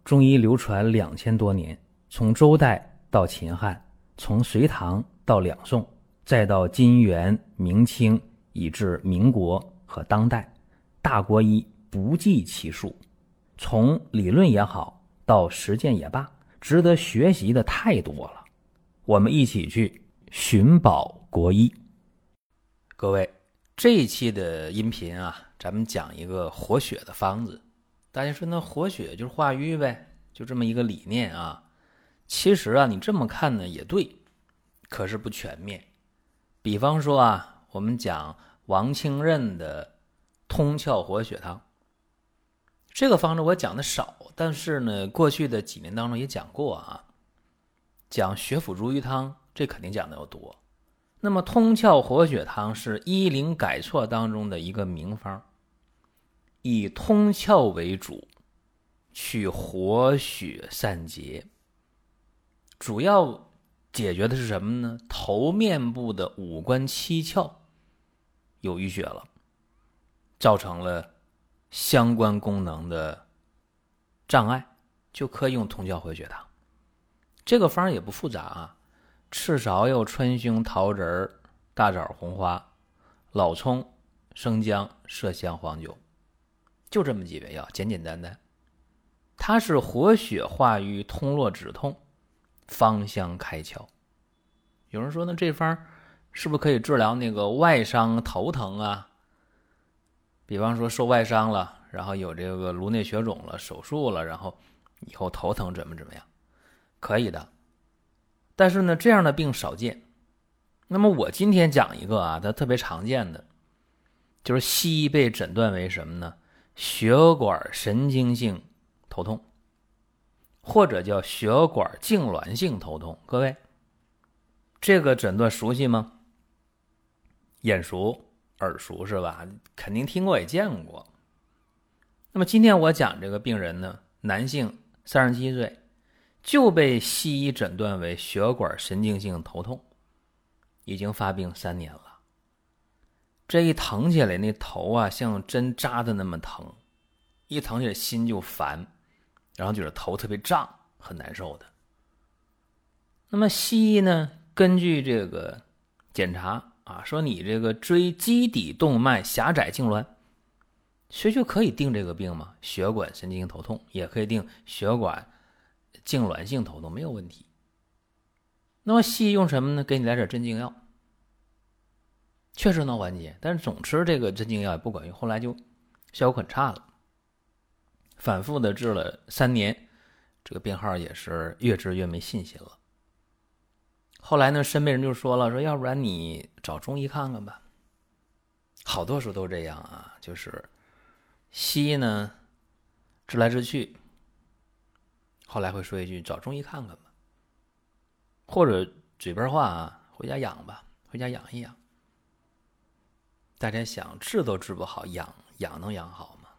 中医流传2000多年，从周代到秦汉，从隋唐到两宋，再到金元明清，以至民国和当代，大国医不计其数。从理论也好，到实践也罢，值得学习的太多了。我们一起去寻宝国医。各位，这一期的音频啊，咱们讲一个活血的方子。大家说那活血就是化瘀呗，就这么一个理念啊。其实啊，你这么看呢也对，可是不全面。比方说啊，我们讲王清任的通窍活血汤，这个方子我讲的少，但是呢，过去的几年当中也讲过啊。讲血府逐瘀汤，这肯定讲的要多。那么通窍活血汤是医灵改错当中的一个名方，以通窍为主，去活血散结。主要解决的是什么呢？头面部的五官七窍有淤血了，造成了相关功能的障碍，就可以用通窍活血汤。这个方也不复杂啊，赤芍药、川芎、桃仁、大枣、红花、老葱、生姜、麝香、黄酒，就这么几味药，简简单单。它是活血化瘀、通络止痛、芳香开窍。有人说呢，这方是不是可以治疗那个外伤头疼啊？比方说受外伤了，然后有这个颅内血肿了，手术了，然后以后头疼怎么样？可以的。但是呢，这样的病少见。那么我今天讲一个啊，它特别常见的，就是西医被诊断为什么呢？血管神经性头痛，或者叫血管痉挛性头痛。各位，这个诊断熟悉吗？眼熟耳熟是吧？肯定听过也见过。那么今天我讲这个病人呢，男性37岁，就被西医诊断为血管神经性头痛，已经发病3年了。这一疼起来，那头啊像针扎的那么疼，一疼起来心就烦，然后觉得头特别胀，很难受的。那么西医呢，根据这个检查啊，说你这个椎基底动脉狭窄痉挛，所以就可以定这个病嘛，血管神经性头痛，也可以定血管痉挛性头痛，没有问题。那么西医用什么呢？给你来点镇静药，确实能缓解，但是总吃这个镇静药也不管用，后来就效果很差了。反复的治了3年，这个病号也是越治越没信心了。后来呢，身边人就说了，说要不然你找中医看看吧。好多时候都这样啊，就是西医呢治来治去，后来会说一句找中医看看吧，或者嘴边话啊，回家养吧，回家养一养。大家想，治都治不好，养能养好吗？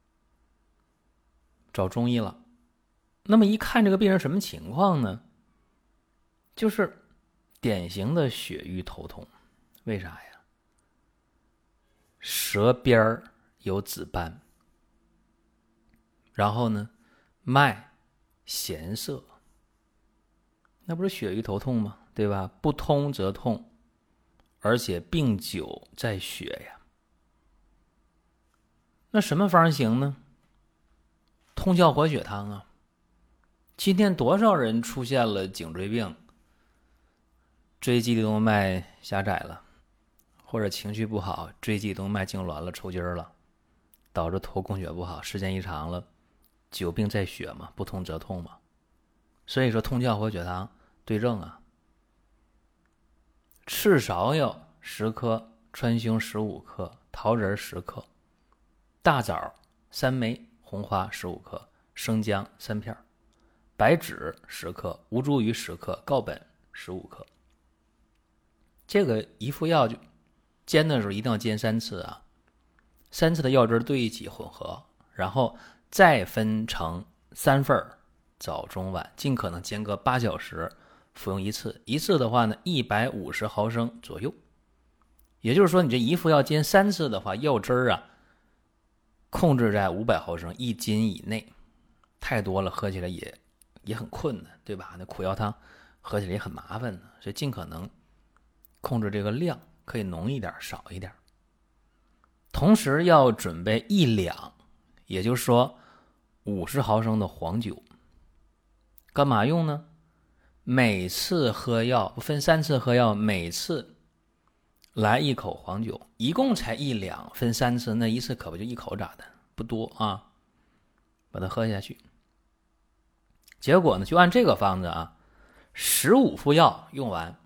找中医了。那么一看这个病人什么情况呢？就是典型的血瘀头痛。为啥呀？舌边有紫斑，然后呢，脉弦涩，那不是血瘀头痛吗？对吧？不通则痛，而且病久在血呀。那什么方行呢？通窍活血汤啊。今天多少人出现了颈椎病，椎基底动脉狭窄了，或者情绪不好，椎基底动脉痉挛了，抽筋了，导致头供血不好，时间一长了，久病在血嘛，不通则痛嘛。所以说通窍活血汤对症啊。赤芍药10克，川芎15克，桃仁10克，大枣3枚，红花15克，生姜3片，白芷10克，吴茱萸10克，告本15克。这个一副药就煎的时候一定要煎3次啊，3次的药汁兑一起混合，然后再分成3份，早中晚，尽可能间隔8小时服用一次。一次的话呢，150毫升左右。也就是说，你这一副药煎3次的话，药汁啊控制在500毫升1斤以内。 太多了喝起来也很困难，对吧？那苦药汤喝起来也很麻烦的，所以尽可能控制这个量，可以浓一点少一点。同时要准备1两，也就是说50毫升的黄酒。干嘛用呢？每次喝药分3次喝药，每次来1口黄酒，一共才1两，分3次，那一次可不就1口咋的？不多啊，把它喝下去。结果呢，就按这个方子啊，15副药用完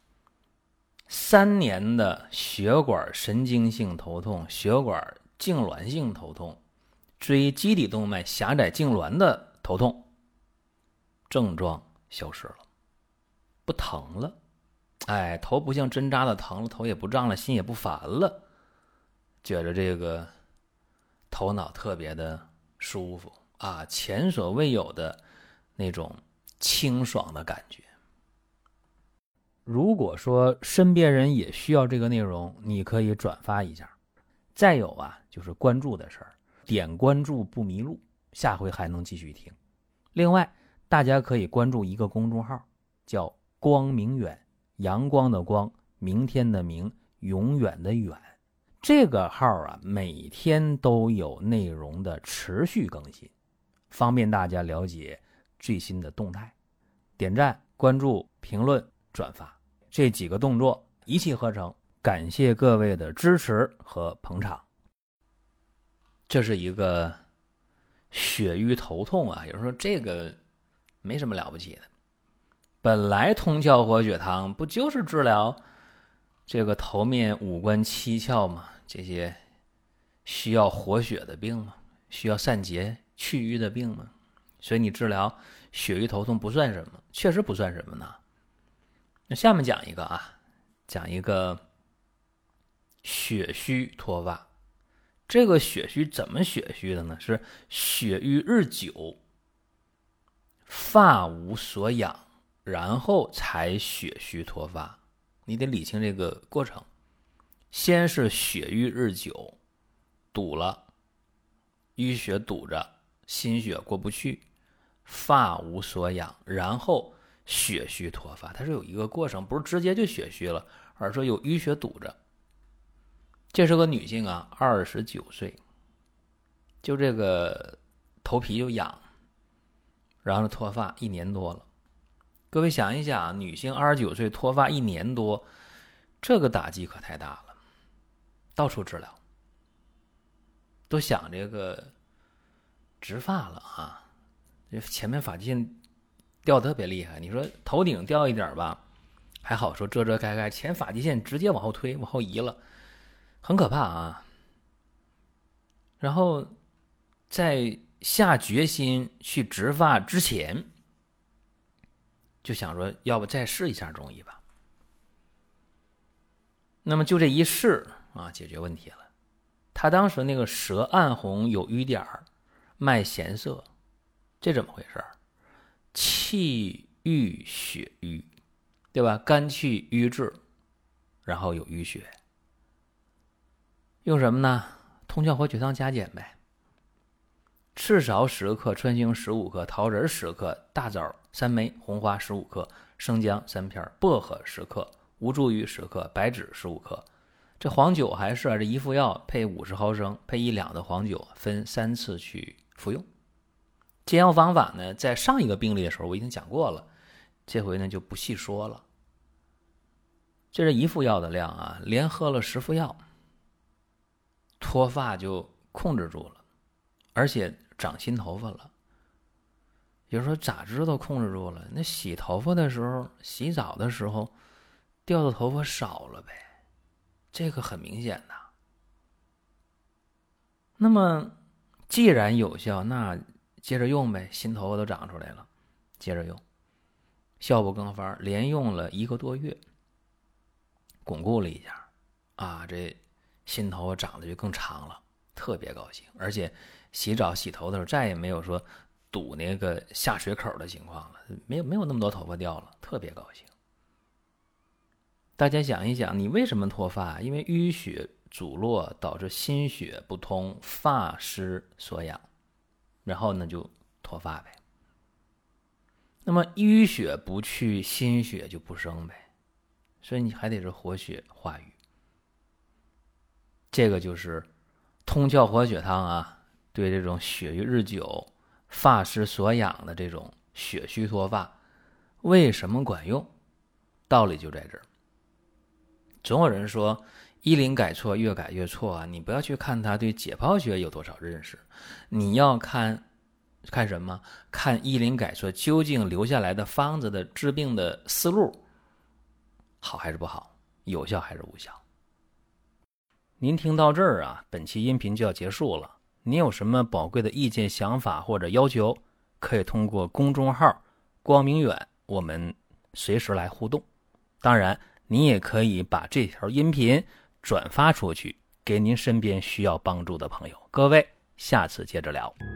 ，3年的血管神经性头痛、血管痉挛性头痛、椎基底动脉狭窄痉挛的头痛症状消失了，不疼了。头不像针扎的疼了，头也不胀了，心也不烦了，觉着这个头脑特别的舒服啊，前所未有的那种清爽的感觉。如果说身边人也需要这个内容，你可以转发一下。再有啊，就是关注的事儿，点关注不迷路，下回还能继续听。另外，大家可以关注一个公众号，叫光明远，阳光的光，明天的明，永远的远。这个号啊，每天都有内容的持续更新，方便大家了解最新的动态。点赞、关注、评论、转发这几个动作一气呵成，感谢各位的支持和捧场。这是一个血瘀头痛啊，有人说这个没什么了不起的，本来通窍活血汤不就是治疗这个头面五官七窍嘛，这些需要活血的病嘛，需要散结去瘀的病嘛，所以你治疗血瘀头痛不算什么，确实不算什么呢。那下面讲一个啊，讲一个血虚脱发。这个血虚怎么血虚的呢？是血瘀日久，发无所养，然后才血虚脱发。你得理清这个过程。先是血瘀日久，堵了，淤血堵着，心血过不去，发无所养，然后血虚脱发。它是有一个过程，不是直接就血虚了，而是说有淤血堵着。这是个女性啊，29岁，就这个头皮就痒，然后脱发1年多了。各位想一想，女性29岁脱发1年多，这个打击可太大了，到处治疗，都想这个植发了啊，这前面发际线掉特别厉害。你说头顶掉一点吧，还好说遮遮盖盖，前发际线直接往后推，往后移了，很可怕啊。然后在下决心去植发之前，就想说要不再试一下中医吧。那么就这一试啊，解决问题了。他当时那个舌暗红，有瘀点，脉弦涩，这怎么回事？气郁血瘀，对吧？肝气瘀滞，然后有淤血。用什么呢？通窍活血汤加减呗。赤芍10克，川芎15克，桃仁10克，大枣3枚，红花15克，生姜3片，薄荷10克，吴茱萸10克，白芷15克。这黄酒还是这1副药配50毫升，配1两的黄酒，分3次去服用。煎药方法呢，在上一个病例的时候我已经讲过了，这回呢就不细说了。这是1副药的量啊，连喝了10副药，脱发就控制住了，而且长新头发了。有人说咋知道控制住了？那洗头发的时候，洗澡的时候掉的头发少了呗，这个很明显的。那么既然有效，那接着用呗，新头发都长出来了，接着用，效不更番，连用了1个多月，巩固了一下啊，这新头发长得就更长了，特别高兴。而且洗澡洗头的时候再也没有说堵那个下水口的情况了，没有那么多头发掉了，特别高兴。大家想一想，你为什么脱发？因为淤血阻络导致心血不通，发失所养，然后呢就脱发呗。那么淤血不去，心血就不生呗，所以你还得是活血化瘀。这个就是通窍活血汤啊，对这种血瘀日久、发失所养的这种血虚脱发，为什么管用？道理就在这儿。总有人说医林改错，越改越错啊！你不要去看他对解剖学有多少认识，你要看什么？看医林改错究竟留下来的方子的治病的思路好还是不好，有效还是无效。您听到这儿啊，本期音频就要结束了。您有什么宝贵的意见、想法或者要求，可以通过公众号光明远，我们随时来互动。当然，您也可以把这条音频转发出去，给您身边需要帮助的朋友。各位，下次接着聊。